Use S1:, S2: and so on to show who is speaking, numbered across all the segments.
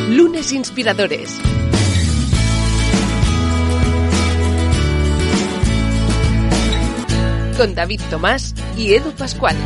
S1: Lunes Inspiradores. Con David Tomás y Edu Pascual.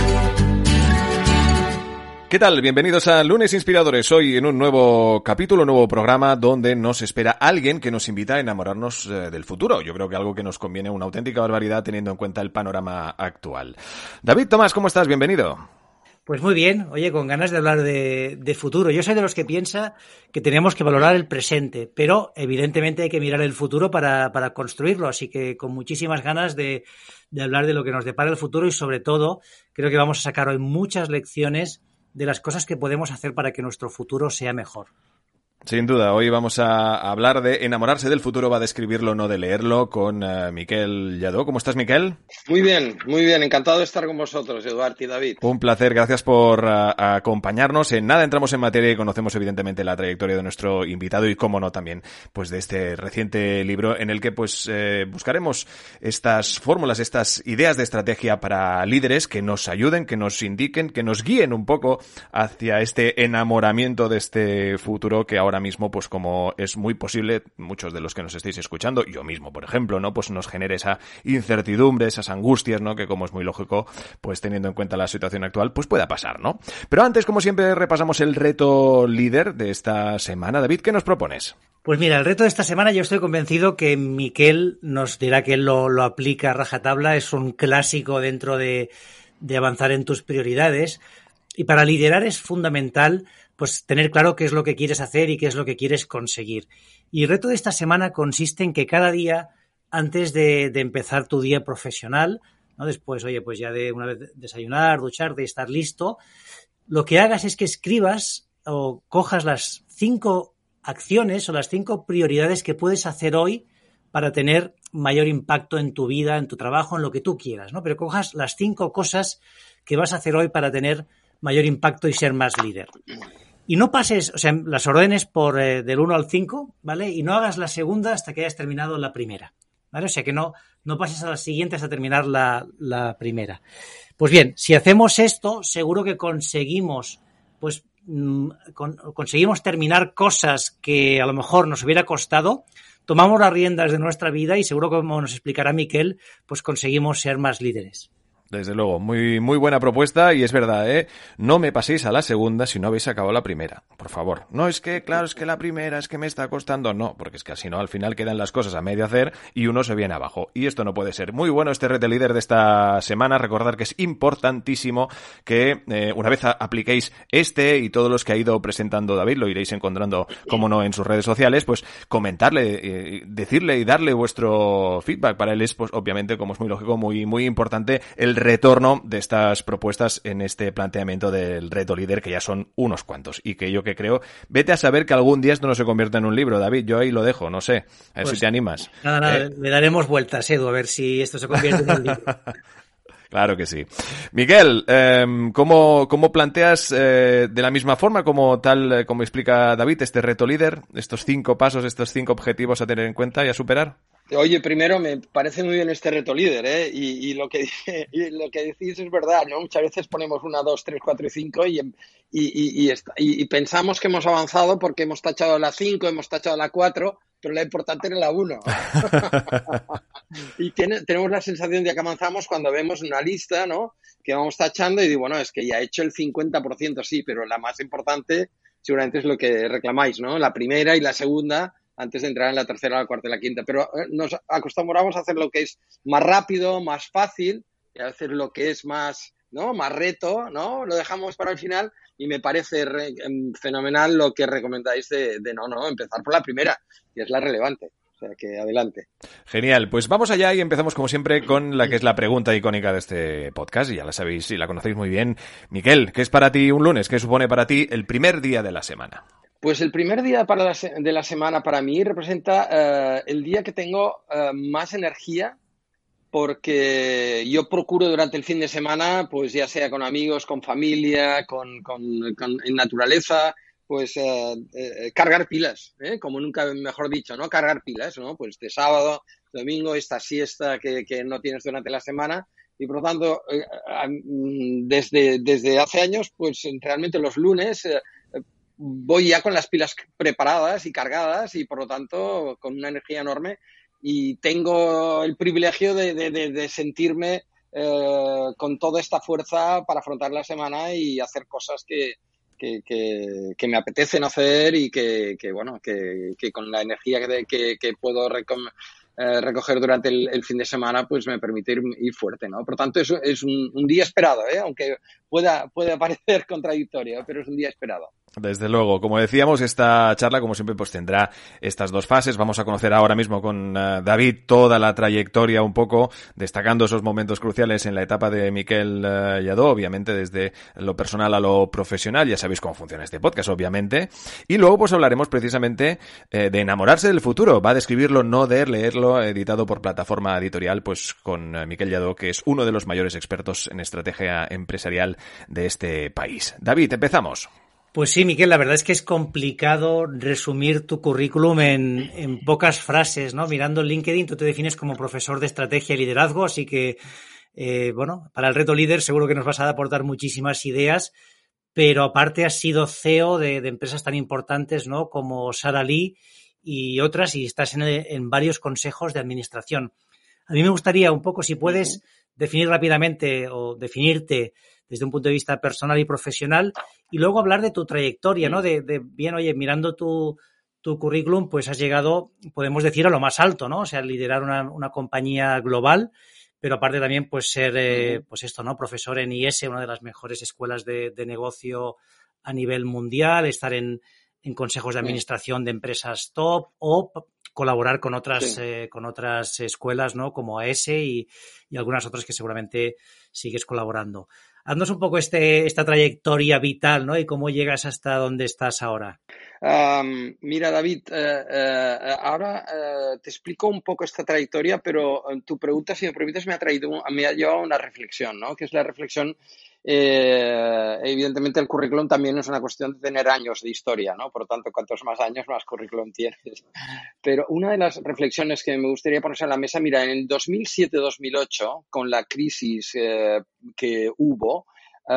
S2: ¿Qué tal? Bienvenidos a Lunes Inspiradores. Hoy en un nuevo capítulo, un nuevo programa donde nos espera alguien que nos invita a enamorarnos del futuro. Yo creo que algo que nos conviene una auténtica barbaridad teniendo en cuenta el panorama actual. David Tomás, ¿cómo estás? Bienvenido.
S3: Pues muy bien, oye, con ganas de hablar de futuro. Yo soy de los que piensa que tenemos que valorar el presente, pero evidentemente hay que mirar el futuro para construirlo, así que con muchísimas ganas de hablar de lo que nos depara el futuro y sobre todo creo que vamos a sacar hoy muchas lecciones de las cosas que podemos hacer para que nuestro futuro sea mejor.
S2: Sin duda, hoy vamos a hablar de enamorarse del futuro, va a describirlo, no de leerlo, con Miquel Lladó. ¿Cómo estás, Miquel?
S4: Muy bien, encantado de estar con vosotros, Eduard y David.
S2: Un placer, gracias por acompañarnos. En nada entramos en materia y conocemos evidentemente la trayectoria de nuestro invitado y, cómo no, también pues de este reciente libro en el que pues buscaremos estas fórmulas, estas ideas de estrategia para líderes que nos ayuden, que nos indiquen, que nos guíen un poco hacia este enamoramiento de este futuro que ahora mismo, pues como es muy posible, muchos de los que nos estéis escuchando, yo mismo, por ejemplo, ¿no? Pues nos genere esa incertidumbre, esas angustias, ¿no? Que, como es muy lógico, pues teniendo en cuenta la situación actual, pues pueda pasar, ¿no? Pero antes, como siempre, repasamos el reto líder de esta semana. David, ¿qué nos propones?
S3: Pues mira, el reto de esta semana yo estoy convencido que Miquel nos dirá que él lo aplica a rajatabla, es un clásico dentro de avanzar en tus prioridades, y para liderar es fundamental pues tener claro qué es lo que quieres hacer y qué es lo que quieres conseguir. Y el reto de esta semana consiste en que cada día, antes de empezar tu día profesional, ¿no? Después, oye, pues ya de una vez desayunar, ducharte y estar listo, lo que hagas es que escribas o cojas las 5 acciones o las 5 prioridades que puedes hacer hoy para tener mayor impacto en tu vida, en tu trabajo, en lo que tú quieras, ¿no? Pero cojas las 5 cosas que vas a hacer hoy para tener mayor impacto y ser más líder. Y no pases, o sea, las ordenes por del 1 al 5, ¿vale? Y no hagas la segunda hasta que hayas terminado la primera, ¿vale? O sea, que no pases a las siguientes hasta terminar la primera. Pues bien, si hacemos esto, seguro que conseguimos, pues, conseguimos terminar cosas que a lo mejor nos hubiera costado, tomamos las riendas de nuestra vida y seguro, como nos explicará Miquel, pues conseguimos ser más líderes.
S2: Desde luego, muy buena propuesta y es verdad, no me paséis a la segunda si no habéis acabado la primera, por favor. No es que, claro, es que la primera es que me está costando, no, porque es que así no, al final quedan las cosas a medio hacer y uno se viene abajo y esto no puede ser. Muy bueno este reto líder de esta semana, recordar que es importantísimo que una vez apliquéis este y todos los que ha ido presentando David, lo iréis encontrando, como no, en sus redes sociales, pues comentarle, decirle y darle vuestro feedback. Para él es, pues obviamente, como es muy lógico, muy importante el retorno de estas propuestas en este planteamiento del reto líder, que ya son unos cuantos y que yo que creo, vete a saber que algún día esto no se convierta en un libro. David, yo ahí lo dejo, no sé, a ver si te animas.
S3: Nada, le daremos vueltas, Edu, a ver si esto se convierte en un libro.
S2: Claro que sí. Miguel, ¿cómo planteas de la misma forma como como explica David este reto líder, estos 5 pasos, estos 5 objetivos a tener en cuenta y a superar?
S4: Oye, primero me parece muy bien este reto líder, y lo que decís es verdad, ¿no? Muchas veces ponemos 1, 2, 3, 4 y 5 y pensamos que hemos avanzado porque hemos tachado la 5, hemos tachado la 4, pero la importante era la 1. Y tenemos la sensación de que avanzamos cuando vemos una lista, ¿no? Que vamos tachando y digo, bueno, es que ya he hecho el 50%, sí, pero la más importante seguramente es lo que reclamáis, ¿no? La primera y la segunda, antes de entrar en la tercera, la cuarta y la quinta. Pero nos acostumbramos a hacer lo que es más rápido, más fácil, y a hacer lo que es más, ¿no? Más reto, ¿no? Lo dejamos para el final y me parece fenomenal lo que recomendáis de empezar por la primera, que es la relevante. O sea que adelante.
S2: Genial, pues vamos allá y empezamos como siempre con la que es la pregunta icónica de este podcast, y ya la sabéis y la conocéis muy bien. Miquel, ¿qué es para ti un lunes? ¿Qué supone para ti el primer día de la semana?
S4: Pues el primer día de la semana para mí representa el día que tengo más energía, porque yo procuro durante el fin de semana, pues ya sea con amigos, con familia, en naturaleza, pues cargar pilas, como nunca mejor dicho, ¿no? Cargar pilas, ¿no? Pues de sábado, domingo, esta siesta que no tienes durante la semana. Y por lo tanto, desde hace años, pues realmente los lunes voy ya con las pilas preparadas y cargadas y por lo tanto con una energía enorme y tengo el privilegio de sentirme con toda esta fuerza para afrontar la semana y hacer cosas que me apetecen hacer y que con la energía que puedo recoger durante el fin de semana, pues me permite ir fuerte, ¿no? Por tanto, es un día esperado, aunque pueda parecer contradictorio, pero es un día esperado.
S2: Desde luego, como decíamos, esta charla, como siempre, pues tendrá estas dos fases. Vamos a conocer ahora mismo con David toda la trayectoria un poco, destacando esos momentos cruciales en la etapa de Miquel Lladó, obviamente desde lo personal a lo profesional. Ya sabéis cómo funciona este podcast, obviamente. Y luego pues hablaremos precisamente de enamorarse del futuro. Va a describirlo, no de leerlo, editado por Plataforma Editorial, pues con Miquel Lladó, que es uno de los mayores expertos en estrategia empresarial de este país. David, empezamos.
S3: Pues sí, Miquel, la verdad es que es complicado resumir tu currículum en pocas frases, ¿no? Mirando el LinkedIn, tú te defines como profesor de estrategia y liderazgo, así que, para el reto líder seguro que nos vas a aportar muchísimas ideas, pero aparte has sido CEO de empresas tan importantes, ¿no? Como Sara Lee y otras, y estás en varios consejos de administración. A mí me gustaría un poco, si puedes, definir rápidamente o definirte desde un punto de vista personal y profesional, y luego hablar de tu trayectoria, ¿no? Bien, oye, mirando tu currículum, pues has llegado, podemos decir, a lo más alto, ¿no? O sea, liderar una compañía global, pero aparte también, pues ser, pues esto, ¿no? Profesor en IES, una de las mejores escuelas de negocio a nivel mundial, estar en consejos de administración de empresas top o colaborar con otras escuelas, ¿no? Como AES y algunas otras que seguramente sigues colaborando. Haznos un poco esta trayectoria vital, ¿no? Y cómo llegas hasta donde estás ahora.
S4: Mira, David, ahora te explico un poco esta trayectoria, pero tu pregunta, si me permites, me ha llevado a una reflexión, ¿no? Que es la reflexión, evidentemente el currículum también es una cuestión de tener años de historia, ¿no? Por lo tanto, cuantos más años, más currículum tienes. Pero una de las reflexiones que me gustaría poner en la mesa, mira, en el 2007-2008, con la crisis que hubo,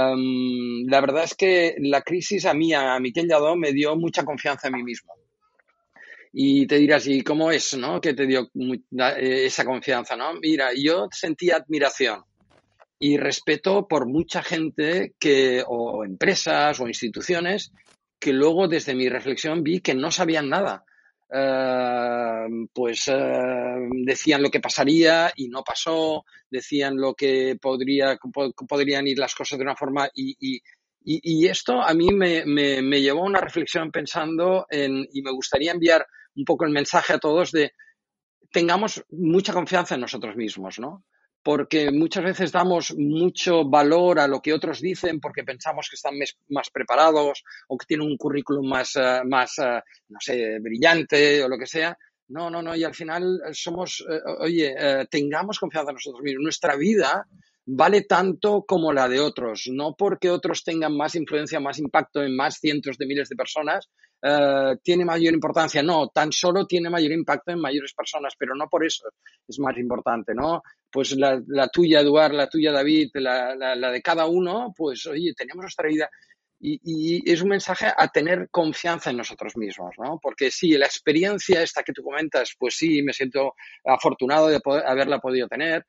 S4: la verdad es que la crisis a Miquel Lladó, me dio mucha confianza en mí mismo. Y te dirás, ¿y cómo es, no? Que te dio esa confianza, ¿no? Mira, yo sentí admiración y respeto por mucha gente o empresas o instituciones que luego desde mi reflexión vi que no sabían nada. Decían lo que pasaría y no pasó, decían lo que podrían ir las cosas de una forma y esto a mí me llevó a una reflexión pensando y me gustaría enviar un poco el mensaje a todos de tengamos mucha confianza en nosotros mismos, ¿no? Porque muchas veces damos mucho valor a lo que otros dicen porque pensamos que están más preparados o que tienen un currículum más, no sé, brillante o lo que sea. No, y al final somos, tengamos confianza en nosotros mismos. Nuestra vida vale tanto como la de otros, no porque otros tengan más influencia, más impacto en más cientos de miles de personas, tiene mayor importancia. No, tan solo tiene mayor impacto en mayores personas, pero no por eso es más importante, ¿no? Pues la tuya, Eduard, la tuya, David, la de cada uno, pues oye, tenemos nuestra vida. Y es un mensaje a tener confianza en nosotros mismos, ¿no? Porque sí, la experiencia esta que tú comentas, pues sí, me siento afortunado de haberla podido tener,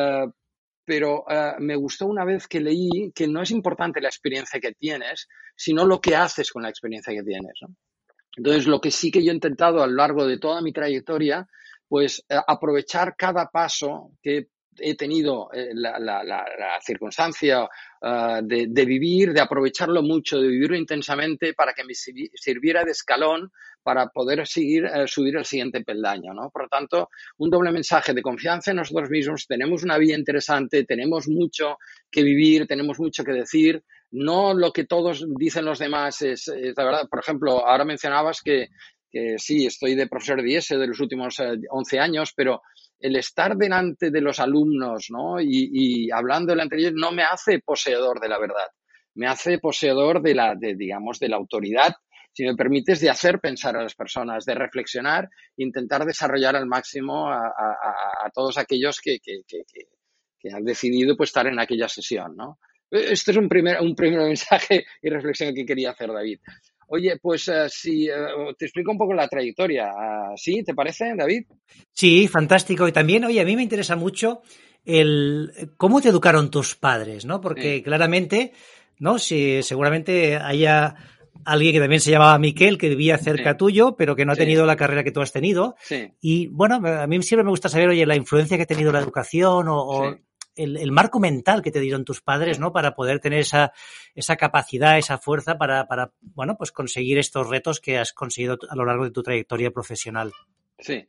S4: pero me gustó una vez que leí que no es importante la experiencia que tienes, sino lo que haces con la experiencia que tienes, ¿no? Entonces, lo que sí que yo he intentado a lo largo de toda mi trayectoria, pues aprovechar cada paso que he tenido la circunstancia de vivir, de aprovecharlo mucho, de vivirlo intensamente para que me sirviera de escalón para poder subir al siguiente peldaño, ¿no? Por lo tanto, un doble mensaje de confianza en nosotros mismos. Tenemos una vida interesante, tenemos mucho que vivir, tenemos mucho que decir. No lo que todos dicen los demás es la verdad. Por ejemplo, ahora mencionabas que sí, estoy de profesor de IES de los últimos 11 años, pero el estar delante de los alumnos, ¿no? y hablando delante de ellos no me hace poseedor de la verdad, me hace poseedor digamos, de la autoridad, si me permites, de hacer pensar a las personas, de reflexionar, intentar desarrollar al máximo a todos aquellos que han decidido pues estar en aquella sesión, ¿no? Este es un primer mensaje y reflexión que quería hacer, David. Oye, pues si te explico un poco la trayectoria. ¿Sí? ¿Te parece, David?
S3: Sí, fantástico. Y también, oye, a mí me interesa mucho cómo te educaron tus padres, ¿no?
S4: Sí,
S3: Porque claramente, ¿no? Si seguramente haya alguien que también se llamaba Miquel, que vivía cerca
S4: sí,
S3: tuyo, pero que no ha
S4: sí,
S3: tenido la carrera que tú has tenido.
S4: sí,
S3: Y bueno, a mí siempre me gusta saber, oye, la influencia que ha tenido la educación o
S4: sí.
S3: el marco mental que te dieron tus padres, ¿no? Para poder tener esa capacidad, esa fuerza para, bueno, pues conseguir estos retos que has conseguido a lo largo de tu trayectoria profesional.
S4: Sí.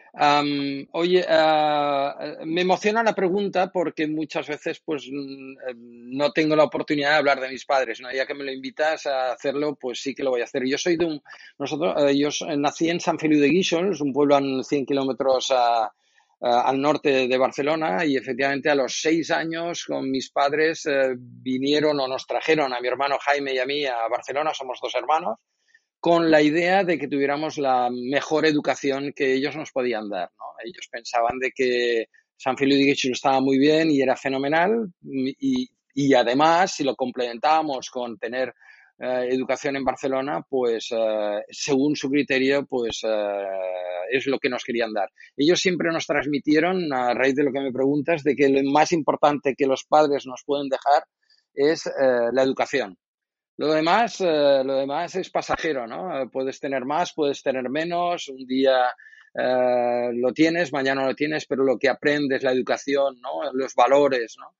S4: Oye, me emociona la pregunta porque muchas veces pues no tengo la oportunidad de hablar de mis padres, ¿no? Ya que me lo invitas a hacerlo, pues sí que lo voy a hacer. Yo soy nací en Sant Feliu de Guíxols, un pueblo a 100 kilómetros al norte de Barcelona, y efectivamente a los 6 años con mis padres vinieron o nos trajeron a mi hermano Jaime y a mí a Barcelona, somos dos hermanos, con la idea de que tuviéramos la mejor educación que ellos nos podían dar, ¿no? Ellos pensaban de que San Feliu de Guíxols estaba muy bien y era fenomenal, y además, si lo complementábamos con tener educación en Barcelona, pues según su criterio, pues es lo que nos querían dar. Ellos siempre nos transmitieron, a raíz de lo que me preguntas, de que lo más importante que los padres nos pueden dejar es la educación. Lo demás es pasajero, ¿no? Puedes tener más, puedes tener menos, un día lo tienes, mañana no lo tienes, pero lo que aprendes, la educación, ¿no? Los valores, ¿no?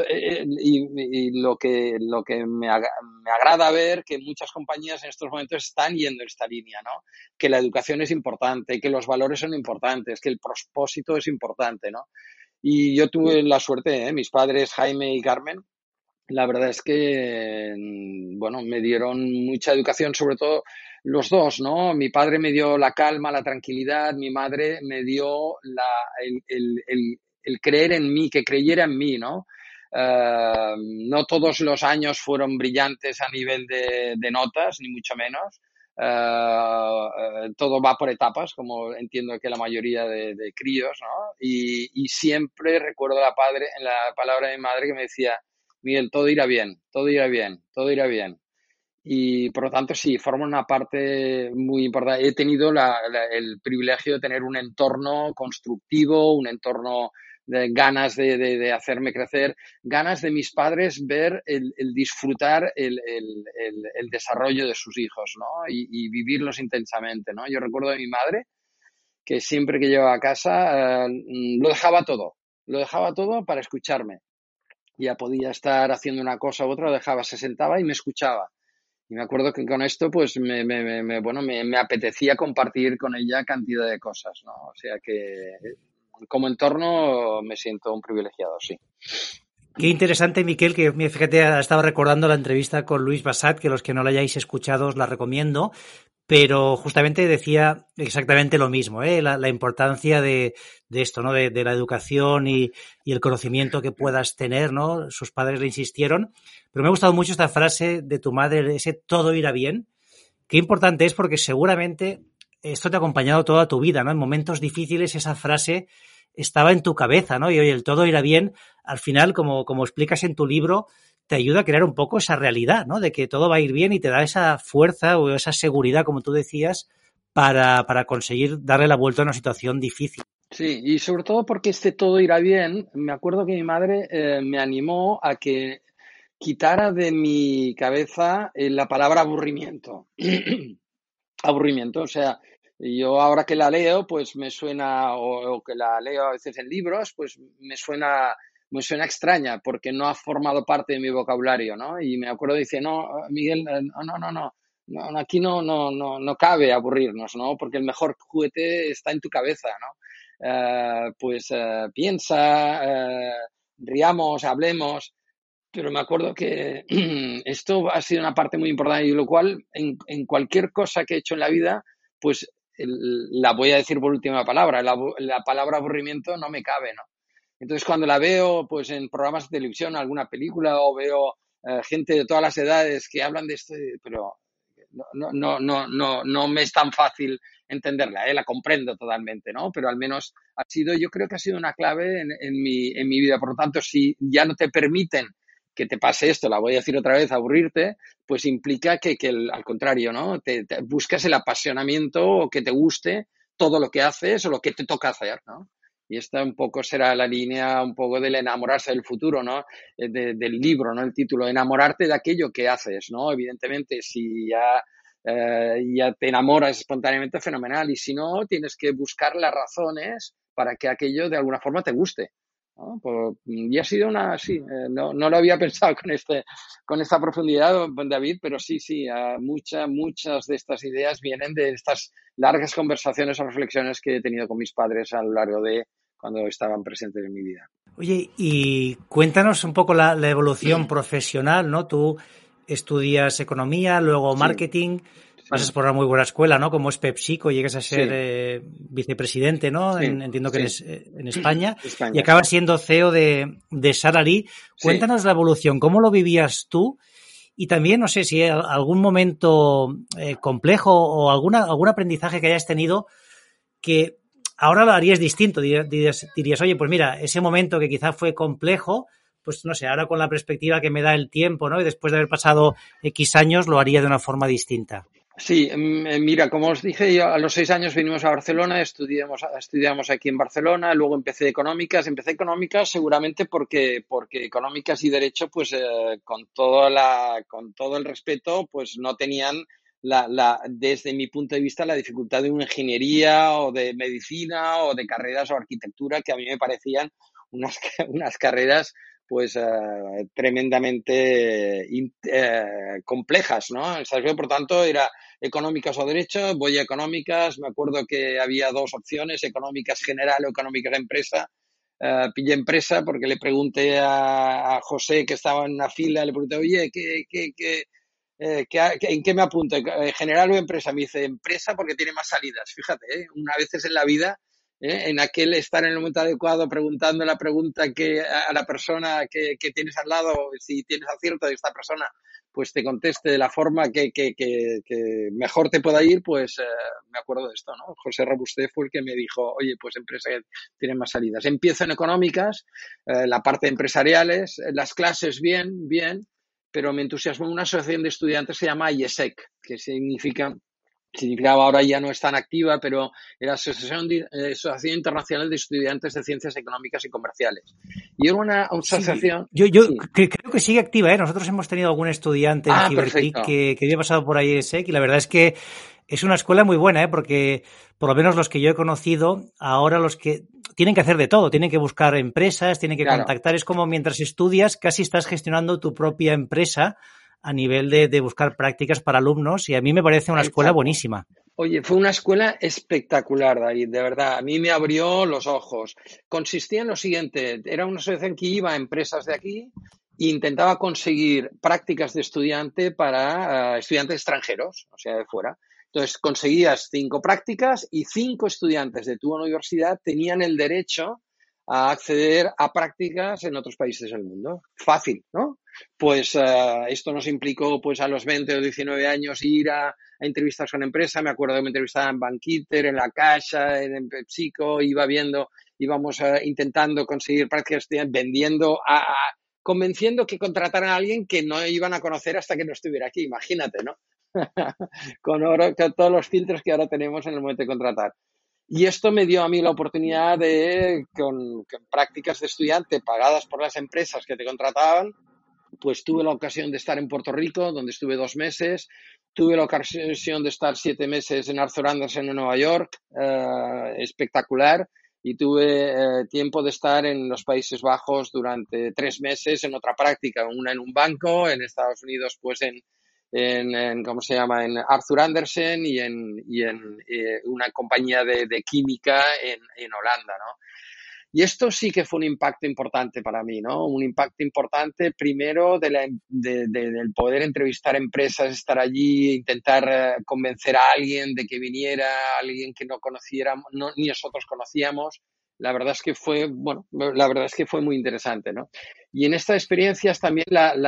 S4: Y lo que me agrada ver que muchas compañías en estos momentos están yendo en esta línea, ¿no? Que la educación es importante, que los valores son importantes, que el propósito es importante, ¿no? Y yo tuve la suerte, mis padres Jaime y Carmen, la verdad es que, bueno, me dieron mucha educación, sobre todo los dos, ¿no? Mi padre me dio la calma, la tranquilidad, mi madre me dio el creer en mí, que creyera en mí, ¿no? No todos los años fueron brillantes a nivel de notas, ni mucho menos. Todo va por etapas, como entiendo que la mayoría de críos, ¿no? Y siempre recuerdo la palabra de mi madre que me decía: Miguel, todo irá bien, todo irá bien, todo irá bien. Y por lo tanto, sí, forma una parte muy importante. He tenido el privilegio de tener un entorno constructivo, un entorno de ganas de hacerme crecer, ganas de mis padres ver el disfrutar el desarrollo de sus hijos, ¿no? Y vivirlos intensamente, ¿no? Yo recuerdo de mi madre que siempre que llegaba a casa lo dejaba todo para escucharme. Ya podía estar haciendo una cosa u otra, lo dejaba, se sentaba y me escuchaba. Y me acuerdo que con esto, pues, bueno, me apetecía compartir con ella cantidad de cosas, ¿no? O sea que, como entorno, me siento un privilegiado, sí.
S3: Qué interesante, Miquel, que fíjate, estaba recordando la entrevista con Luis Bassat, que los que no la hayáis escuchado os la recomiendo, pero justamente decía exactamente lo mismo, ¿eh? La importancia de esto, ¿no? De la educación y el conocimiento que puedas tener, ¿no? Sus padres le insistieron, pero me ha gustado mucho esta frase de tu madre, ese todo irá bien. Qué importante es porque seguramente esto te ha acompañado toda tu vida, ¿no? En momentos difíciles esa frase estaba en tu cabeza, ¿no? Y oye, el todo irá bien, al final, como explicas en tu libro, te ayuda a crear un poco esa realidad, ¿no? De que todo va a ir bien y te da esa fuerza o esa seguridad, como tú decías, para conseguir darle la vuelta a una situación difícil.
S4: Sí, y sobre todo porque este todo irá bien, me acuerdo que mi madre me animó a que quitara de mi cabeza la palabra aburrimiento. Aburrimiento, o sea, yo ahora que la leo, pues me suena, o que la leo a veces en libros, pues me suena extraña porque no ha formado parte de mi vocabulario, ¿no? Y me acuerdo, dice, no, Miguel, no, aquí no cabe aburrirnos, ¿no? Porque el mejor juguete está en tu cabeza, ¿no? Pues piensa, riamos, hablemos. Pero me acuerdo que esto ha sido una parte muy importante, y lo cual en cualquier cosa que he hecho en la vida, pues la voy a decir por última palabra. La palabra aburrimiento no me cabe, ¿no? Entonces, cuando la veo pues en programas de televisión, alguna película, o veo gente de todas las edades que hablan de esto, pero no me es tan fácil entenderla, la comprendo totalmente, ¿no? Pero al menos yo creo que ha sido una clave en mi vida. Por lo tanto, si ya no te permiten que te pase esto, la voy a decir otra vez, aburrirte, pues implica que al contrario, ¿no? Te buscas el apasionamiento o que te guste todo lo que haces o lo que te toca hacer, ¿no? Y esta un poco será la línea un poco del enamorarse del futuro, ¿no? Del libro, ¿no? El título, enamorarte de aquello que haces, ¿no? Evidentemente, si ya te enamoras espontáneamente, fenomenal. Y si no, tienes que buscar las razones para que aquello de alguna forma te guste, ¿no? Y ha sido sí, no lo había pensado con esta profundidad, David, pero sí, muchas de estas ideas vienen de estas largas conversaciones o reflexiones que he tenido con mis padres a lo largo de cuando estaban presentes en mi vida.
S3: Oye, y cuéntanos un poco la evolución profesional, ¿no? Tú estudias economía, luego marketing, pasas por una muy buena escuela, ¿no? Como es PepsiCo, llegas a ser vicepresidente, ¿no? Entiendo que eres en España, y acabas siendo CEO de Salary. Cuéntanos la evolución, ¿cómo lo vivías tú? Y también, no sé, si hay algún momento complejo o algún aprendizaje que hayas tenido que ahora lo harías distinto. Dirías, oye, pues mira, ese momento que quizá fue complejo, pues no sé, ahora con la perspectiva que me da el tiempo, ¿no? Y después de haber pasado X años, lo haría de una forma distinta.
S4: Sí, mira, como os dije, yo a los 6 años vinimos a Barcelona, estudiamos aquí en Barcelona, luego empecé económicas seguramente porque económicas y derecho, pues con todo el respeto, pues no tenían desde mi punto de vista, la dificultad de una ingeniería o de medicina o de carreras o arquitectura que a mí me parecían unas carreras pues tremendamente complejas, ¿no? Por tanto, era económicas o derecho, voy a económicas, me acuerdo que había 2 opciones, económicas general o económicas de empresa. Pillé empresa porque le pregunté a José, que estaba en una fila, le pregunté, oye, ¿en qué me apunto? ¿General o empresa? Me dice, empresa porque tiene más salidas. Fíjate, una vez en la vida, en aquel estar en el momento adecuado preguntando la pregunta que a la persona que tienes al lado, si tienes acierto de esta persona, pues te conteste de la forma que mejor te pueda ir, pues me acuerdo de esto, ¿no? José Robusté fue el que me dijo, oye, pues empresa que tiene más salidas. Empiezo en económicas, la parte de empresariales, las clases bien, pero me entusiasmó una asociación de estudiantes que se llama IESEC, que significaba, ahora ya no es tan activa, pero era Asociación Internacional de Estudiantes de Ciencias Económicas y Comerciales. Y era una asociación...
S3: Sí, yo creo que sigue activa, ¿eh? Nosotros hemos tenido algún estudiante en Ciberclick que había pasado por ahí IESEC, y la verdad es que es una escuela muy buena, porque por lo menos los que yo he conocido, ahora los que tienen que hacer de todo, tienen que buscar empresas, tienen que contactar, es como mientras estudias casi estás gestionando tu propia empresa a nivel de buscar prácticas para alumnos, y a mí me parece una escuela buenísima.
S4: Oye, fue una escuela espectacular, David, de verdad. A mí me abrió los ojos. Consistía en lo siguiente, era una asociación que iba a empresas de aquí e intentaba conseguir prácticas de estudiante para estudiantes extranjeros, o sea, de fuera. Entonces, conseguías 5 prácticas y 5 estudiantes de tu universidad tenían el derecho a acceder a prácticas en otros países del mundo. Fácil, ¿no? Pues esto nos implicó, pues a los 20 o 19 años, ir a entrevistas con empresas. Me acuerdo que me entrevistaba en Bankinter, en La Caixa, en PepsiCo, íbamos intentando conseguir prácticas estudiantes, convenciendo que contrataran a alguien que no iban a conocer hasta que no estuviera aquí. Imagínate, ¿no? con todos los filtros que ahora tenemos en el momento de contratar. Y esto me dio a mí la oportunidad de, con prácticas de estudiante pagadas por las empresas que te contrataban, pues tuve la ocasión de estar en Puerto Rico, donde estuve 2 meses. Tuve la ocasión de estar 7 meses en Arthur Andersen en Nueva York, espectacular. Y tuve tiempo de estar en los Países Bajos durante 3 meses en otra práctica, una en un banco, en Estados Unidos, pues en ¿cómo se llama? En Arthur Andersen y en una compañía de química en Holanda, ¿no? Y esto sí que fue un impacto importante para mí, ¿no? Un impacto importante, primero, del poder entrevistar empresas, estar allí, intentar convencer a alguien de que viniera, alguien que no conociéramos, ni nosotros conocíamos. La verdad es que fue muy interesante, ¿no? Y en estas experiencias también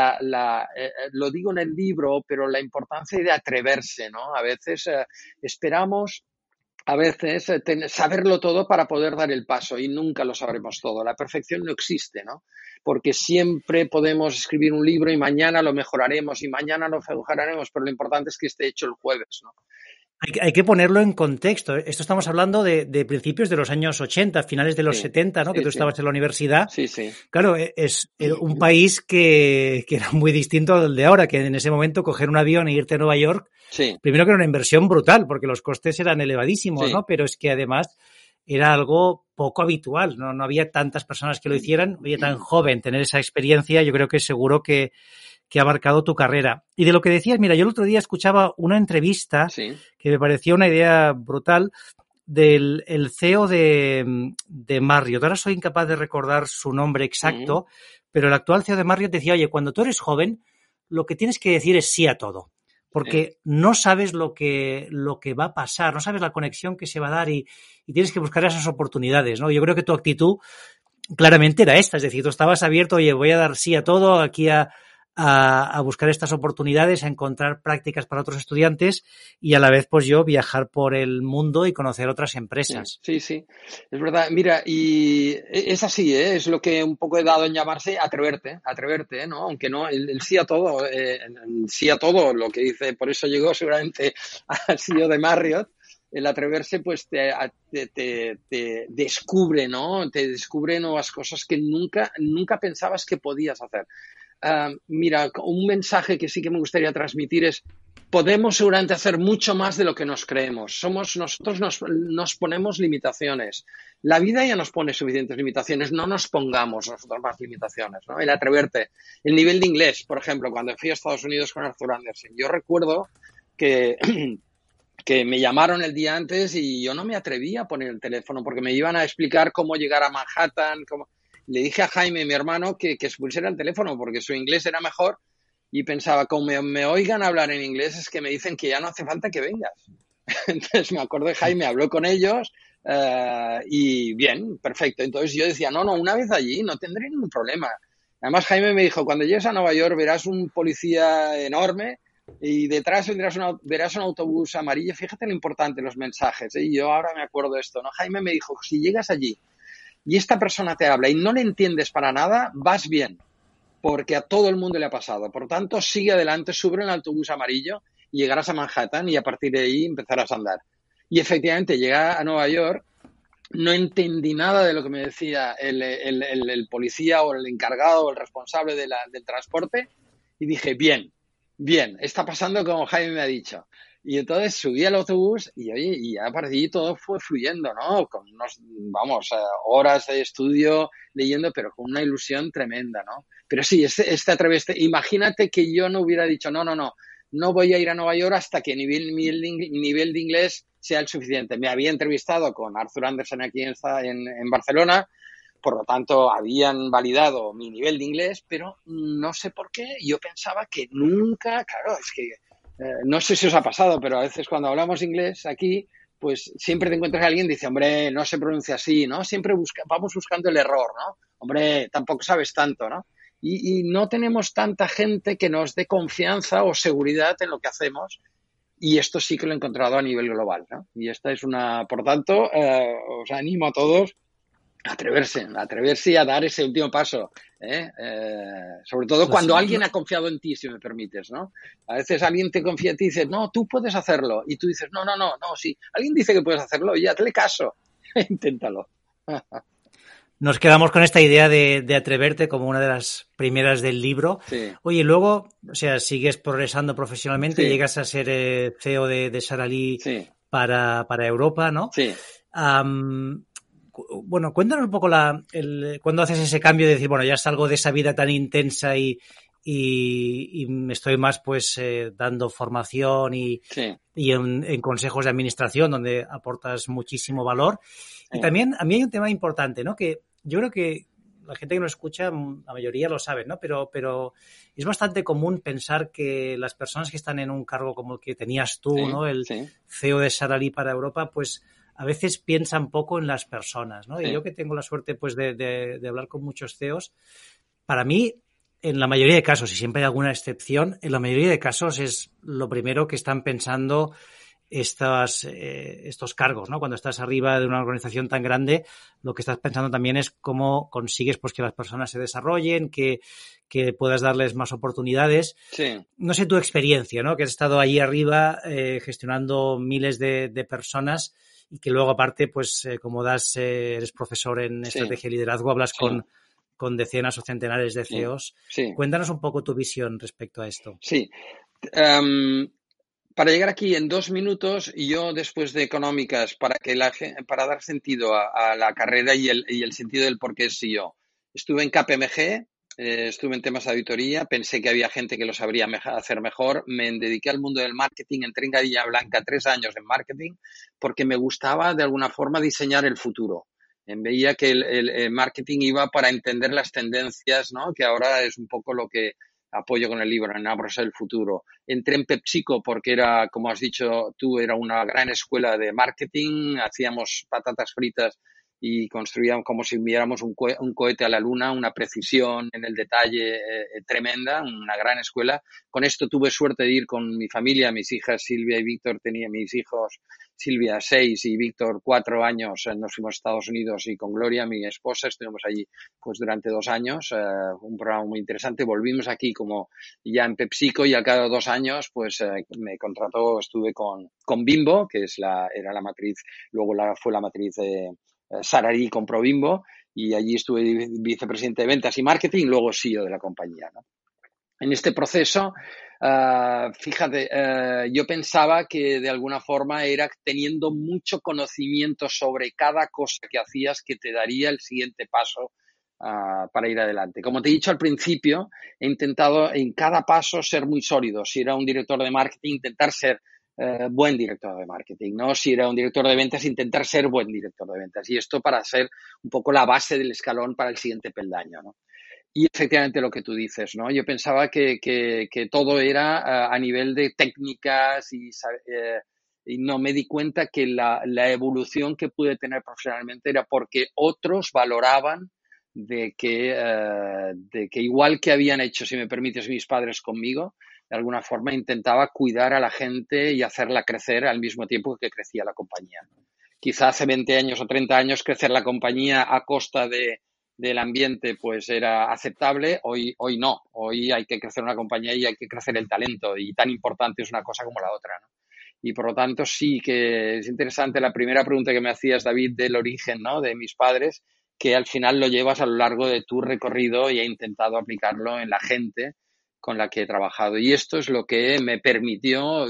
S4: lo digo en el libro, pero la importancia de atreverse, ¿no? A veces esperamos a veces saberlo todo para poder dar el paso y nunca lo sabremos todo. La perfección no existe, ¿no? Porque siempre podemos escribir un libro y mañana lo mejoraremos y mañana lo mejoraremos, pero lo importante es que esté hecho el jueves, ¿no?
S3: Hay que ponerlo en contexto. Esto estamos hablando de principios de los años 80, finales de los 70, ¿no? Que tú estabas en la universidad.
S4: Sí, sí.
S3: Claro, es un país que era muy distinto al de ahora, que en ese momento coger un avión e irte a Nueva York, primero que era una inversión brutal, porque los costes eran elevadísimos, ¿no? Pero es que además era algo poco habitual, ¿no? No había tantas personas que lo hicieran. Oye, tan joven, tener esa experiencia, yo creo que seguro que ha marcado tu carrera. Y de lo que decías, mira, yo el otro día escuchaba una entrevista que me parecía una idea brutal del el CEO de Marriott. Ahora soy incapaz de recordar su nombre exacto, pero el actual CEO de Marriott decía, oye, cuando tú eres joven, lo que tienes que decir es sí a todo. Porque no sabes lo que va a pasar, no sabes la conexión que se va a dar y tienes que buscar esas oportunidades, ¿no? Yo creo que tu actitud claramente era esta, es decir, tú estabas abierto, oye, voy a dar sí a todo, aquí a buscar estas oportunidades, a encontrar prácticas para otros estudiantes y a la vez pues yo viajar por el mundo y conocer otras empresas.
S4: Sí, es verdad. Mira, y es así, ¿eh? Es lo que un poco he dado en llamarse atreverte, ¿no? Aunque no, el sí a todo, lo que dice, por eso llegó seguramente al CEO de Marriott. El atreverse pues te descubre, ¿no? Te descubre nuevas cosas que nunca pensabas que podías hacer. Mira, un mensaje que sí que me gustaría transmitir es: podemos seguramente hacer mucho más de lo que nos creemos. Nosotros nos ponemos limitaciones. La vida ya nos pone suficientes limitaciones. No nos pongamos nosotros más limitaciones, ¿no? El atreverte. El nivel de inglés, por ejemplo, cuando fui a Estados Unidos con Arthur Andersen, yo recuerdo que me llamaron el día antes y yo no me atrevía a poner el teléfono porque me iban a explicar cómo llegar a Manhattan, Le dije a Jaime, mi hermano, que se pusiera el teléfono porque su inglés era mejor y pensaba, como me oigan hablar en inglés es que me dicen que ya no hace falta que vengas. Entonces me acuerdo de Jaime, habló con ellos y bien, perfecto. Entonces yo decía, no, una vez allí no tendré ningún problema. Además Jaime me dijo, cuando llegues a Nueva York verás un policía enorme y detrás verás un autobús amarillo. Fíjate lo importante, los mensajes. Y yo ahora me acuerdo de esto, ¿no? Jaime me dijo, si llegas allí y esta persona te habla y no le entiendes para nada, vas bien, porque a todo el mundo le ha pasado. Por tanto, sigue adelante, sube en el autobús amarillo y llegarás a Manhattan y a partir de ahí empezarás a andar. Y efectivamente, llegué a Nueva York, no entendí nada de lo que me decía el policía o el encargado o el responsable del transporte y dije, bien, está pasando como Jaime me ha dicho. Y entonces subí al autobús y ya a partir de ahí todo fue fluyendo, ¿no? Con horas de estudio, leyendo, pero con una ilusión tremenda, ¿no? Pero sí, imagínate que yo no hubiera dicho, no voy a ir a Nueva York hasta que nivel de inglés sea el suficiente. Me había entrevistado con Arthur Andersen aquí en Barcelona, por lo tanto habían validado mi nivel de inglés, pero no sé por qué, yo pensaba que nunca, claro, es que no sé si os ha pasado, pero a veces cuando hablamos inglés aquí, pues siempre te encuentras a alguien que dice, hombre, no se pronuncia así, ¿no? Siempre vamos buscando el error, ¿no? Hombre, tampoco sabes tanto, ¿no? Y no tenemos tanta gente que nos dé confianza o seguridad en lo que hacemos. Y esto sí que lo he encontrado a nivel global, ¿no? Y esta es por tanto, os animo a todos a atreverse y a dar ese último paso, sobre todo cuando alguien ha confiado en ti, si me permites, ¿no? A veces alguien te confía en ti y dice, no, tú puedes hacerlo, y tú dices, no, si alguien dice que puedes hacerlo, ya, hazle caso, inténtalo.
S3: Nos quedamos con esta idea de atreverte como una de las primeras del libro.
S4: Sí.
S3: Oye, luego, o sea, sigues progresando profesionalmente,
S4: Sí.
S3: llegas a ser CEO de Sara Lee
S4: Sí.
S3: para Europa, ¿no?
S4: Sí.
S3: Bueno, cuéntanos un poco cuando haces ese cambio de decir, bueno, ya salgo de esa vida tan intensa y me estoy más pues dando formación y en consejos de administración donde aportas muchísimo valor. Y también a mí hay un tema importante, ¿no? Que yo creo que la gente que nos escucha, la mayoría lo sabe, ¿no? Pero es bastante común pensar que las personas que están en un cargo como el que tenías tú, ¿no? El CEO de Sara Lee para Europa, pues a veces piensan poco en las personas, ¿no? Y yo que tengo la suerte pues de hablar con muchos CEOs, para mí, en la mayoría de casos, y siempre hay alguna excepción, en la mayoría de casos es lo primero que están pensando estos cargos, ¿no? Cuando estás arriba de una organización tan grande, lo que estás pensando también es cómo consigues pues que las personas se desarrollen, que puedas darles más oportunidades.
S4: Sí.
S3: No sé tu experiencia, ¿no? Que has estado ahí arriba gestionando miles de personas y que luego aparte, pues como eres profesor en estrategia y liderazgo, hablas con decenas o centenares de CEOs.
S4: Sí.
S3: Cuéntanos un poco tu visión respecto a esto.
S4: Sí. Para llegar aquí en 2 minutos, yo después de económicas, para dar sentido a la carrera y el sentido del por qué es CEO. Estuve en KPMG, estuve en temas de auditoría, pensé que había gente que lo sabría hacer mejor, me dediqué al mundo del marketing, entré en Gavilla Blanca 3 años en marketing, porque me gustaba de alguna forma diseñar el futuro. Veía que el marketing iba para entender las tendencias, ¿no? Que ahora es un poco lo que apoyo con el libro, en Abrazar el futuro. Entré en PepsiCo porque era, como has dicho tú, era una gran escuela de marketing, hacíamos patatas fritas y construíamos como si enviáramos un cohete a la luna, una precisión en el detalle tremenda, una gran escuela. Con esto tuve suerte de ir con mi familia, mis hijas Silvia y Víctor, tenía mis hijos Silvia 6 y Víctor 4 años, nos fuimos a Estados Unidos y con Gloria, mi esposa, estuvimos allí pues durante 2 años, un programa muy interesante. Volvimos aquí como ya en PepsiCo y al cabo de 2 años pues me contrató, estuve con Bimbo, que era la matriz, luego fue la matriz de Sara Lee compró Bimbo y allí estuve vicepresidente de ventas y marketing, luego CEO de la compañía, ¿no? En este proceso, fíjate, yo pensaba que de alguna forma era teniendo mucho conocimiento sobre cada cosa que hacías que te daría el siguiente paso para ir adelante. Como te he dicho al principio, he intentado en cada paso ser muy sólido. Si era un director de marketing, intentar ser buen director de marketing, ¿no? Si era un director de ventas, intentar ser buen director de ventas. Y esto para ser un poco la base del escalón para el siguiente peldaño, ¿no? Y efectivamente lo que tú dices, ¿no? Yo pensaba que todo era a nivel de técnicas y no me di cuenta que la evolución que pude tener profesionalmente era porque otros valoraban de que igual que habían hecho, si me permites, mis padres conmigo, de alguna forma intentaba cuidar a la gente y hacerla crecer al mismo tiempo que crecía la compañía. Quizá hace 20 años o 30 años crecer la compañía a costa del ambiente pues era aceptable, hoy no. Hoy hay que crecer una compañía y hay que crecer el talento y tan importante es una cosa como la otra, ¿no? Y por lo tanto sí que es interesante la primera pregunta que me hacías, David, del origen, ¿no? De mis padres, que al final lo llevas a lo largo de tu recorrido y he intentado aplicarlo en la gente con la que he trabajado. Y esto es lo que me permitió,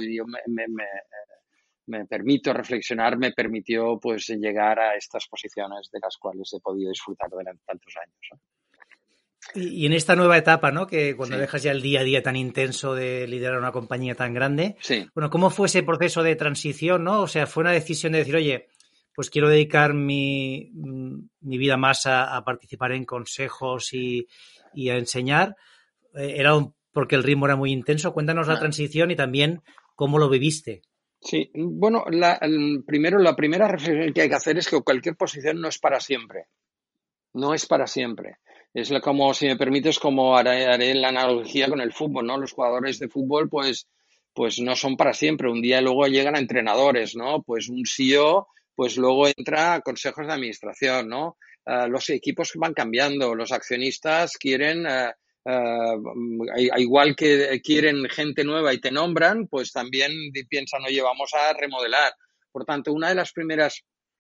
S4: me permito reflexionar, me permitió pues llegar a estas posiciones de las cuales he podido disfrutar durante tantos años, ¿no?
S3: Y en esta nueva etapa, ¿no? Que cuando dejas ya el día a día tan intenso de liderar una compañía tan grande, bueno, ¿cómo fue ese proceso de transición, no? O sea, fue una decisión de decir, oye, pues quiero dedicar mi vida más a participar en consejos y a enseñar. ¿Era porque el ritmo era muy intenso? Cuéntanos la transición y también cómo lo viviste.
S4: Sí, bueno, la primera reflexión que hay que hacer es que cualquier posición no es para siempre. No es para siempre. Es como, si me permites, como haré la analogía con el fútbol, ¿no? Los jugadores de fútbol, pues no son para siempre. Un día luego llegan a entrenadores, ¿no? Pues un CEO, pues luego entra a consejos de administración, ¿no? Los equipos van cambiando. Los accionistas quieren, igual que quieren gente nueva y te nombran, pues también piensan, oye, vamos a remodelar. Por tanto, una de las primeras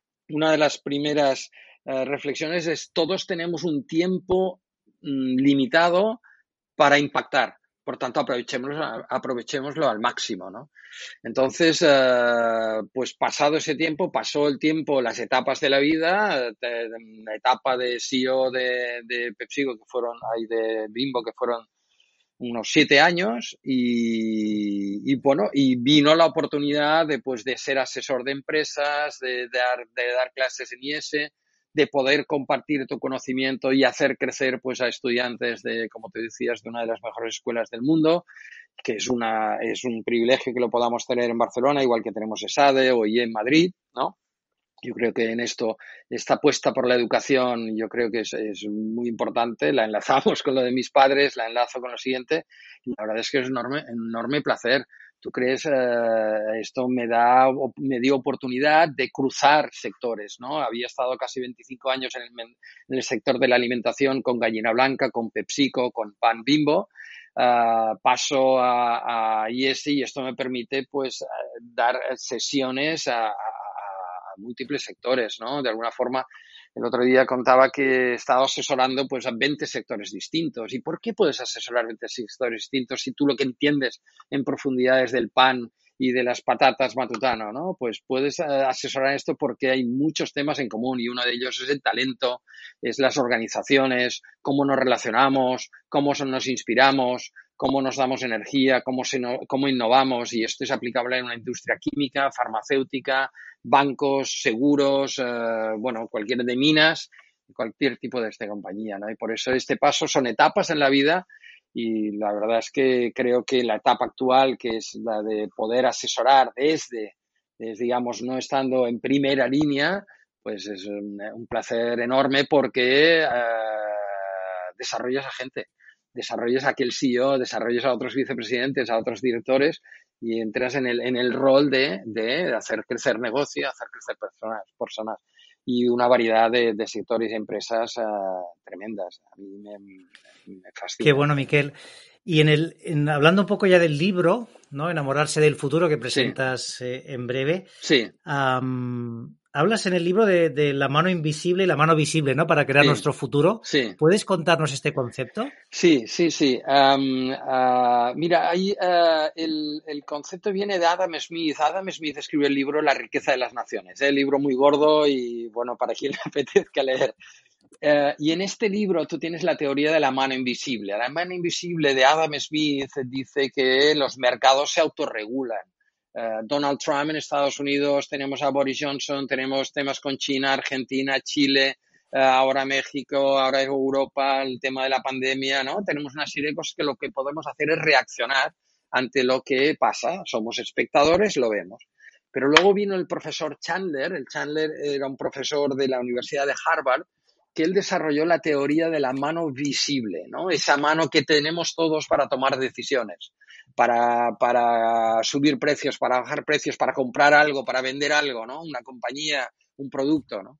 S4: reflexiones es todos tenemos un tiempo limitado para impactar. Por tanto, aprovechémoslo al máximo, ¿no? Entonces, pues pasado ese tiempo, pasó el tiempo, las etapas de la vida, la etapa de CEO de PepsiCo, que fueron, de Bimbo, que fueron unos 7 años y bueno, y vino la oportunidad de ser asesor de empresas, de dar clases en IES, de poder compartir tu conocimiento y hacer crecer pues a estudiantes como te decías, de una de las mejores escuelas del mundo, que es un privilegio que lo podamos tener en Barcelona, igual que tenemos ESADE o IE en Madrid, ¿no? Yo creo que en esta apuesta por la educación, yo creo que es muy importante. La enlazamos con lo de mis padres, la enlazo con lo siguiente. Y la verdad es que es un enorme placer. ¿Tú crees esto me dio oportunidad de cruzar sectores, ¿no? Había estado casi 25 años en el sector de la alimentación con Gallina Blanca, con PepsiCo, con Pan Bimbo. Paso a IESI y esto me permite pues dar sesiones a múltiples sectores, ¿no? De alguna forma, el otro día contaba que he estado asesorando pues a 20 sectores distintos. ¿Y por qué puedes asesorar 20 sectores distintos si tú lo que entiendes en profundidades del pan y de las patatas matutano, ¿no? Pues puedes asesorar esto porque hay muchos temas en común y uno de ellos es el talento, es las organizaciones, cómo nos relacionamos, cómo nos inspiramos, cómo nos damos energía, cómo innovamos, y esto es aplicable en una industria química, farmacéutica, bancos, seguros, cualquier de minas, cualquier tipo de esta compañía, ¿no? Y por eso este paso son etapas en la vida y la verdad es que creo que la etapa actual, que es la de poder asesorar desde digamos, no estando en primera línea, pues es un placer enorme porque desarrollas a gente. Desarrolles a aquel CEO, desarrolles a otros vicepresidentes, a otros directores y entras en el rol de hacer crecer negocio, hacer crecer personas y una variedad de sectores y empresas tremendas. A mí me fascina.
S3: Qué bueno, Miquel. Y hablando un poco ya del libro, ¿no? Enamorarse del futuro, que presentas en breve.
S4: Sí.
S3: Hablas en el libro de la mano invisible y la mano visible, ¿no? Para crear nuestro futuro.
S4: Sí.
S3: ¿Puedes contarnos este concepto?
S4: Sí. Mira, ahí el concepto viene de Adam Smith. Adam Smith escribió el libro La riqueza de las naciones. Un libro muy gordo y, bueno, para quien le apetezca leer. Y en este libro tú tienes la teoría de la mano invisible. La mano invisible de Adam Smith dice que los mercados se autorregulan. Donald Trump en Estados Unidos, tenemos a Boris Johnson, tenemos temas con China, Argentina, Chile, ahora México, ahora Europa, el tema de la pandemia, ¿no? Tenemos una serie de cosas que lo que podemos hacer es reaccionar ante lo que pasa. Somos espectadores, lo vemos. Pero luego vino el profesor Chandler. El Chandler era un profesor de la Universidad de Harvard, que él desarrolló la teoría de la mano visible, ¿no? Esa mano que tenemos todos para tomar decisiones, para subir precios, para bajar precios, para comprar algo, para vender algo, ¿no? Una compañía, un producto, ¿no?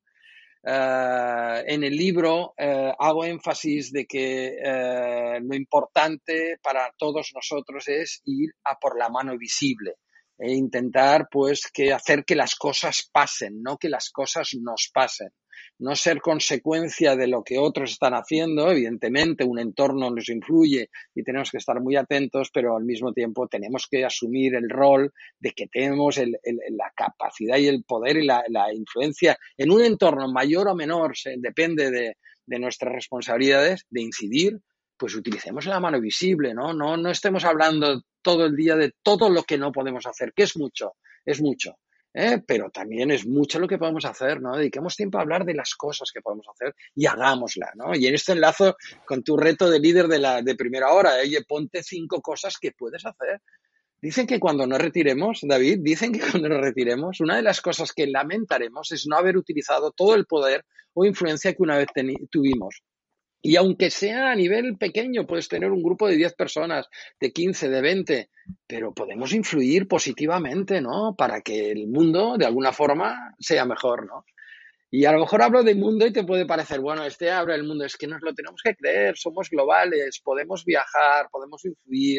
S4: En el libro hago énfasis de que lo importante para todos nosotros es ir a por la mano visible e intentar pues hacer que las cosas pasen, no que las cosas nos pasen. No ser consecuencia de lo que otros están haciendo. Evidentemente, un entorno nos influye y tenemos que estar muy atentos, pero al mismo tiempo tenemos que asumir el rol de que tenemos la capacidad y el poder y la influencia en un entorno mayor o menor, depende de nuestras responsabilidades, de incidir. Pues utilicemos la mano visible, ¿no? No estemos hablando todo el día de todo lo que no podemos hacer, que es mucho. Pero también es mucho lo que podemos hacer, ¿no? Dediquemos tiempo a hablar de las cosas que podemos hacer y hagámosla, ¿no? Y en esto enlazo con tu reto de líder de primera hora. Oye, ponte 5 cosas que puedes hacer. Dicen que cuando nos retiremos, David, una de las cosas que lamentaremos es no haber utilizado todo el poder o influencia que una vez tuvimos. Y aunque sea a nivel pequeño, puedes tener un grupo de 10 personas, de 15, de 20, pero podemos influir positivamente, ¿no? Para que el mundo, de alguna forma, sea mejor, ¿no? Y a lo mejor hablo de mundo y te puede parecer, bueno, habla del mundo, es que nos lo tenemos que creer, somos globales, podemos viajar, podemos influir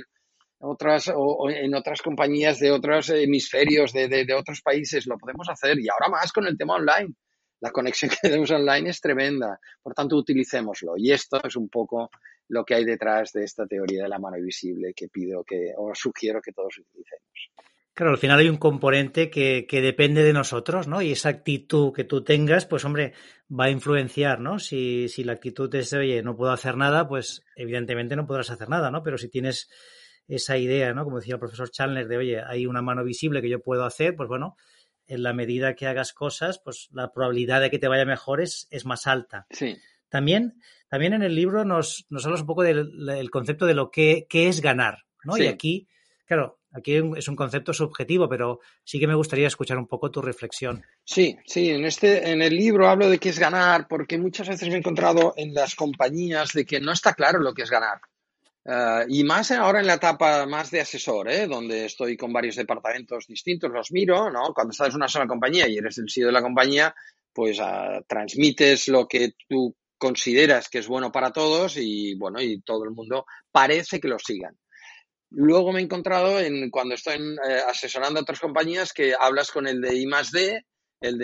S4: en otras compañías de otros hemisferios, de otros países, lo podemos hacer. Y ahora más con el tema online. La conexión que tenemos online es tremenda, por tanto utilicémoslo. Y esto es un poco lo que hay detrás de esta teoría de la mano invisible que sugiero que todos utilicemos.
S3: Claro, al final hay un componente que depende de nosotros, ¿no? Y esa actitud que tú tengas, pues hombre, va a influenciar, ¿no? Si la actitud es, oye, no puedo hacer nada, pues evidentemente no podrás hacer nada, ¿no? Pero si tienes esa idea, ¿no? Como decía el profesor Chandler, de, oye, hay una mano visible que yo puedo hacer, pues bueno, en la medida que hagas cosas, pues la probabilidad de que te vaya mejor es más alta.
S4: Sí.
S3: También en el libro nos hablas un poco del concepto de lo que es ganar, ¿no?
S4: Sí.
S3: Y aquí, claro, aquí es un concepto subjetivo, pero sí que me gustaría escuchar un poco tu reflexión.
S4: Sí, en el libro hablo de qué es ganar, porque muchas veces me he encontrado en las compañías de que no está claro lo que es ganar. Y más ahora en la etapa más de asesor, donde estoy con varios departamentos distintos, los miro, ¿no? Cuando estás en una sola compañía y eres el CEO de la compañía, pues transmites lo que tú consideras que es bueno para todos y, bueno, y todo el mundo parece que lo sigan. Luego me he encontrado cuando estoy asesorando a otras compañías que hablas con el de I+D, el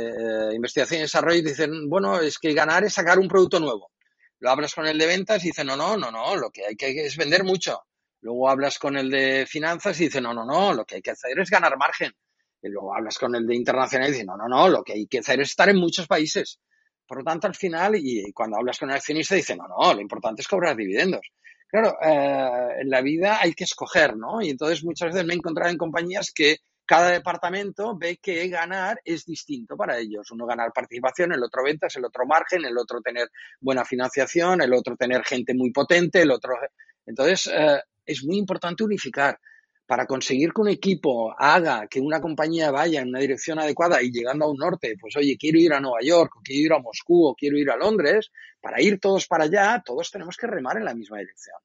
S4: de investigación y desarrollo, y dicen, bueno, es que ganar es sacar un producto nuevo. Lo hablas con el de ventas y dice, no, lo que hay que es vender mucho. Luego hablas con el de finanzas y dice, no, lo que hay que hacer es ganar margen. Y luego hablas con el de internacional y dice, no, lo que hay que hacer es estar en muchos países. Por lo tanto, al final, y cuando hablas con el accionista, dice, no, lo importante es cobrar dividendos. Claro, en la vida hay que escoger, ¿no? Y entonces muchas veces me he encontrado en compañías que cada departamento ve que ganar es distinto para ellos. Uno ganar participación, el otro ventas, el otro margen, el otro tener buena financiación, el otro tener gente muy potente, el otro... Entonces, es muy importante unificar para conseguir que un equipo haga que una compañía vaya en una dirección adecuada y llegando a un norte, pues oye, quiero ir a Nueva York, o quiero ir a Moscú, o quiero ir a Londres, para ir todos para allá, todos tenemos que remar en la misma dirección.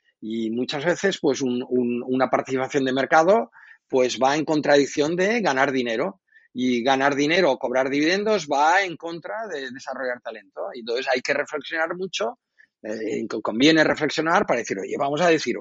S4: Y muchas veces, pues una participación de mercado pues va en contradicción de ganar dinero. Y ganar dinero o cobrar dividendos va en contra de desarrollar talento. Y entonces hay que reflexionar mucho, conviene reflexionar para decir, oye, vamos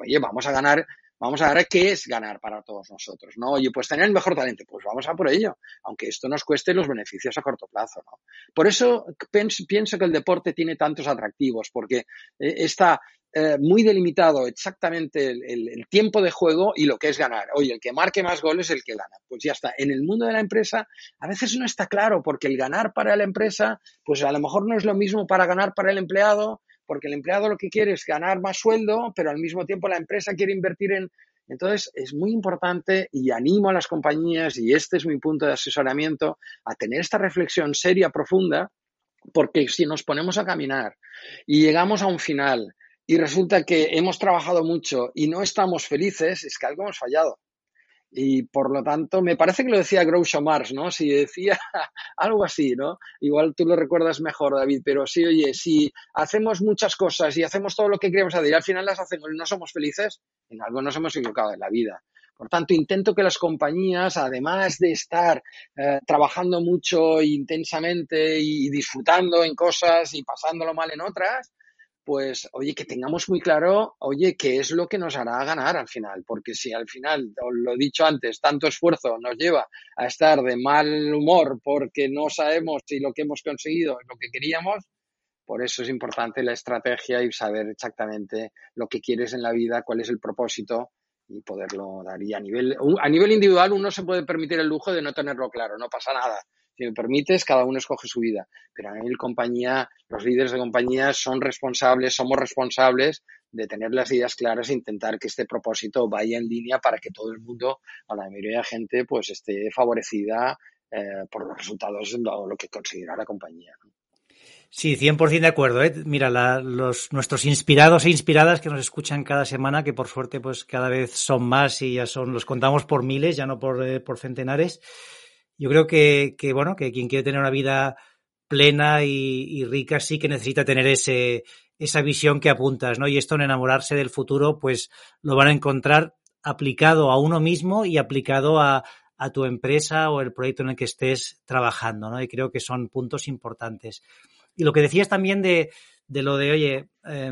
S4: a ganar, vamos a ver qué es ganar para todos nosotros, ¿no? Oye, pues tener el mejor talento, pues vamos a por ello, aunque esto nos cueste los beneficios a corto plazo, ¿no? Por eso pienso que el deporte tiene tantos atractivos, porque está muy delimitado exactamente el tiempo de juego y lo que es ganar. Oye, el que marque más goles es el que gana. Pues ya está. En el mundo de la empresa a veces no está claro, porque el ganar para la empresa, pues a lo mejor no es lo mismo para ganar para el empleado, porque el empleado lo que quiere es ganar más sueldo, pero al mismo tiempo la empresa quiere invertir en... Entonces, es muy importante y animo a las compañías, y este es mi punto de asesoramiento, a tener esta reflexión seria, profunda, porque si nos ponemos a caminar y llegamos a un final y resulta que hemos trabajado mucho y no estamos felices, es que algo hemos fallado. Y por lo tanto, me parece que lo decía Groucho Marx, ¿no? Si decía algo así, ¿no? Igual tú lo recuerdas mejor, David, pero sí, oye, si hacemos muchas cosas y hacemos todo lo que queremos hacer y al final las hacemos y no somos felices, en algo nos hemos equivocado en la vida. Por tanto, intento que las compañías, además de estar trabajando mucho intensamente y disfrutando en cosas y pasándolo mal en otras, pues, oye, que tengamos muy claro, oye, qué es lo que nos hará ganar al final, porque si al final, os lo he dicho antes, tanto esfuerzo nos lleva a estar de mal humor porque no sabemos si lo que hemos conseguido es lo que queríamos, por eso es importante la estrategia y saber exactamente lo que quieres en la vida, cuál es el propósito y poderlo dar. Y a nivel individual uno se puede permitir el lujo de no tenerlo claro, no pasa nada. Si me permites, cada uno escoge su vida. Pero a nivel compañía, los líderes de compañía somos responsables de tener las ideas claras e intentar que este propósito vaya en línea para que todo el mundo, a la mayoría de gente, pues esté favorecida por los resultados de lo que conseguirá la compañía, ¿no?
S3: Sí, 100% de acuerdo, ¿eh? Mira, nuestros inspirados e inspiradas que nos escuchan cada semana, que por suerte pues cada vez son más y ya los contamos por miles, ya no por centenares. Yo creo que bueno, que quien quiere tener una vida plena y rica sí que necesita tener esa visión que apuntas, ¿no? Y esto en enamorarse del futuro, pues lo van a encontrar aplicado a uno mismo y aplicado a tu empresa o el proyecto en el que estés trabajando, ¿no? Y creo que son puntos importantes. Y lo que decías también de lo de, oye,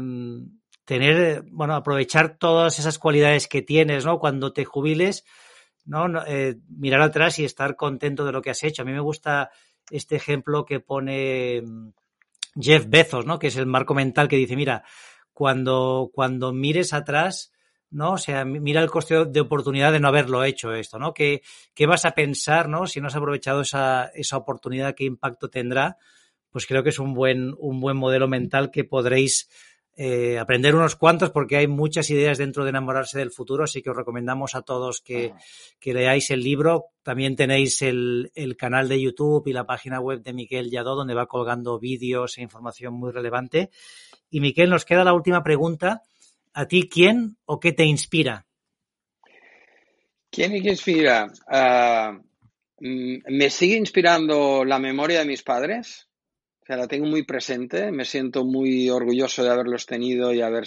S3: aprovechar todas esas cualidades que tienes, ¿no? Cuando te jubiles, ¿no? Mirar atrás y estar contento de lo que has hecho. A mí me gusta este ejemplo que pone Jeff Bezos, ¿no? Que es el marco mental que dice, mira, cuando mires atrás, ¿no? O sea, mira el coste de oportunidad de no haberlo hecho esto, ¿no? ¿Qué vas a pensar, ¿no? Si no has aprovechado esa oportunidad, ¿qué impacto tendrá? Pues creo que es un buen modelo mental que podréis aprender unos cuantos, porque hay muchas ideas dentro de enamorarse del futuro, así que os recomendamos a todos que leáis el libro. También tenéis el canal de YouTube y la página web de Miquel Lladó, donde va colgando vídeos e información muy relevante. Y Miquel, nos queda la última pregunta. ¿A ti quién o qué te inspira?
S4: ¿Quién me inspira? Me sigue inspirando la memoria de mis padres. O sea, la tengo muy presente, me siento muy orgulloso de haberlos tenido y haber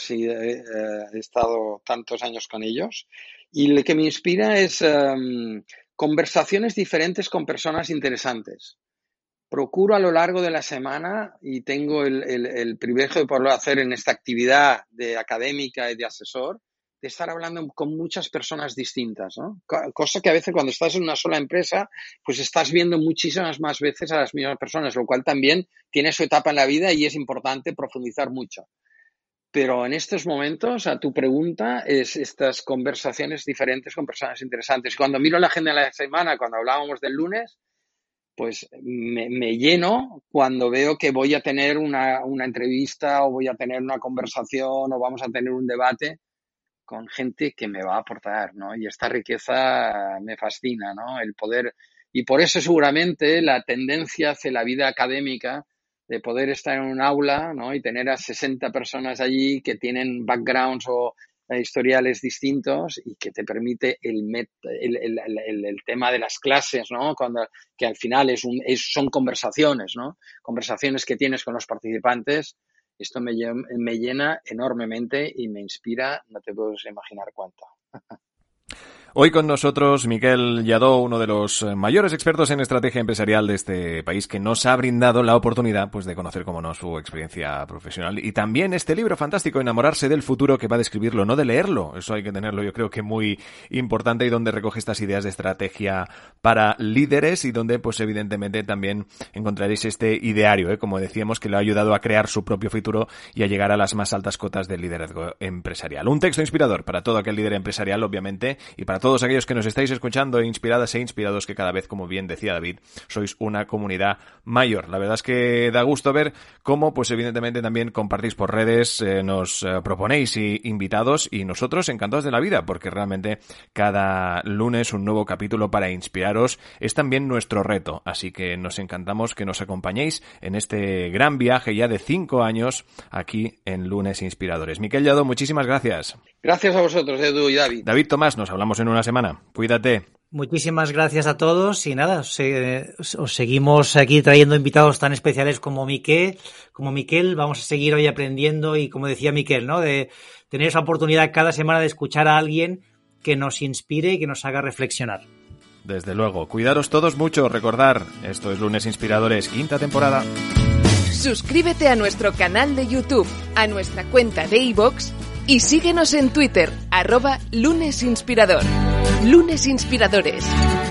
S4: estado tantos años con ellos. Y lo que me inspira es conversaciones diferentes con personas interesantes. Procuro a lo largo de la semana, y tengo el privilegio de poderlo hacer en esta actividad de académica y de asesor, de estar hablando con muchas personas distintas, ¿no? Cosa que a veces cuando estás en una sola empresa, pues estás viendo muchísimas más veces a las mismas personas, lo cual también tiene su etapa en la vida y es importante profundizar mucho. Pero en estos momentos, a tu pregunta, es estas conversaciones diferentes con personas interesantes. Cuando miro la agenda de la semana, cuando hablábamos del lunes, pues me lleno cuando veo que voy a tener una entrevista o voy a tener una conversación o vamos a tener un debate con gente que me va a aportar, ¿no? Y esta riqueza me fascina, ¿no? El poder, y por eso seguramente la tendencia hacia la vida académica de poder estar en un aula, ¿no? Y tener a 60 personas allí que tienen backgrounds o historiales distintos y que te permite el tema de las clases, ¿no? Que al final son conversaciones, ¿no? Conversaciones que tienes con los participantes. Esto me llena enormemente y me inspira, no te puedes imaginar cuánto.
S2: Hoy con nosotros Miquel Lladó, uno de los mayores expertos en estrategia empresarial de este país, que nos ha brindado la oportunidad pues de conocer, como no, su experiencia profesional y también este libro fantástico, Enamorarse del futuro, que va a describirlo, no de leerlo, eso hay que tenerlo yo creo que muy importante, y donde recoge estas ideas de estrategia para líderes y donde pues evidentemente también encontraréis este ideario, como decíamos, que le ha ayudado a crear su propio futuro y a llegar a las más altas cotas del liderazgo empresarial. Un texto inspirador para todo aquel líder empresarial, obviamente, y para todos aquellos que nos estáis escuchando, inspiradas e inspirados, que cada vez, como bien decía David, sois una comunidad mayor. La verdad es que da gusto ver cómo, pues evidentemente también compartís por redes, nos proponéis invitados, y nosotros encantados de la vida, porque realmente cada lunes un nuevo capítulo para inspiraros es también nuestro reto. Así que nos encantamos que nos acompañéis en este gran viaje ya de 5 años aquí en Lunes Inspiradores. Miquel Lladó, muchísimas gracias.
S4: Gracias a vosotros, Edu y David.
S2: David Tomás, nos hablamos en una semana. Cuídate.
S3: Muchísimas gracias a todos y nada, os seguimos aquí trayendo invitados tan especiales como Miquel. Vamos a seguir hoy aprendiendo y, como decía Miquel, ¿no? De tener esa oportunidad cada semana de escuchar a alguien que nos inspire y que nos haga reflexionar.
S2: Desde luego. Cuidaros todos mucho. Recordar, esto es Lunes Inspiradores, 5ª temporada.
S1: Suscríbete a nuestro canal de YouTube, a nuestra cuenta de iVoox y síguenos en Twitter, @lunesinspirador. Lunes Inspiradores.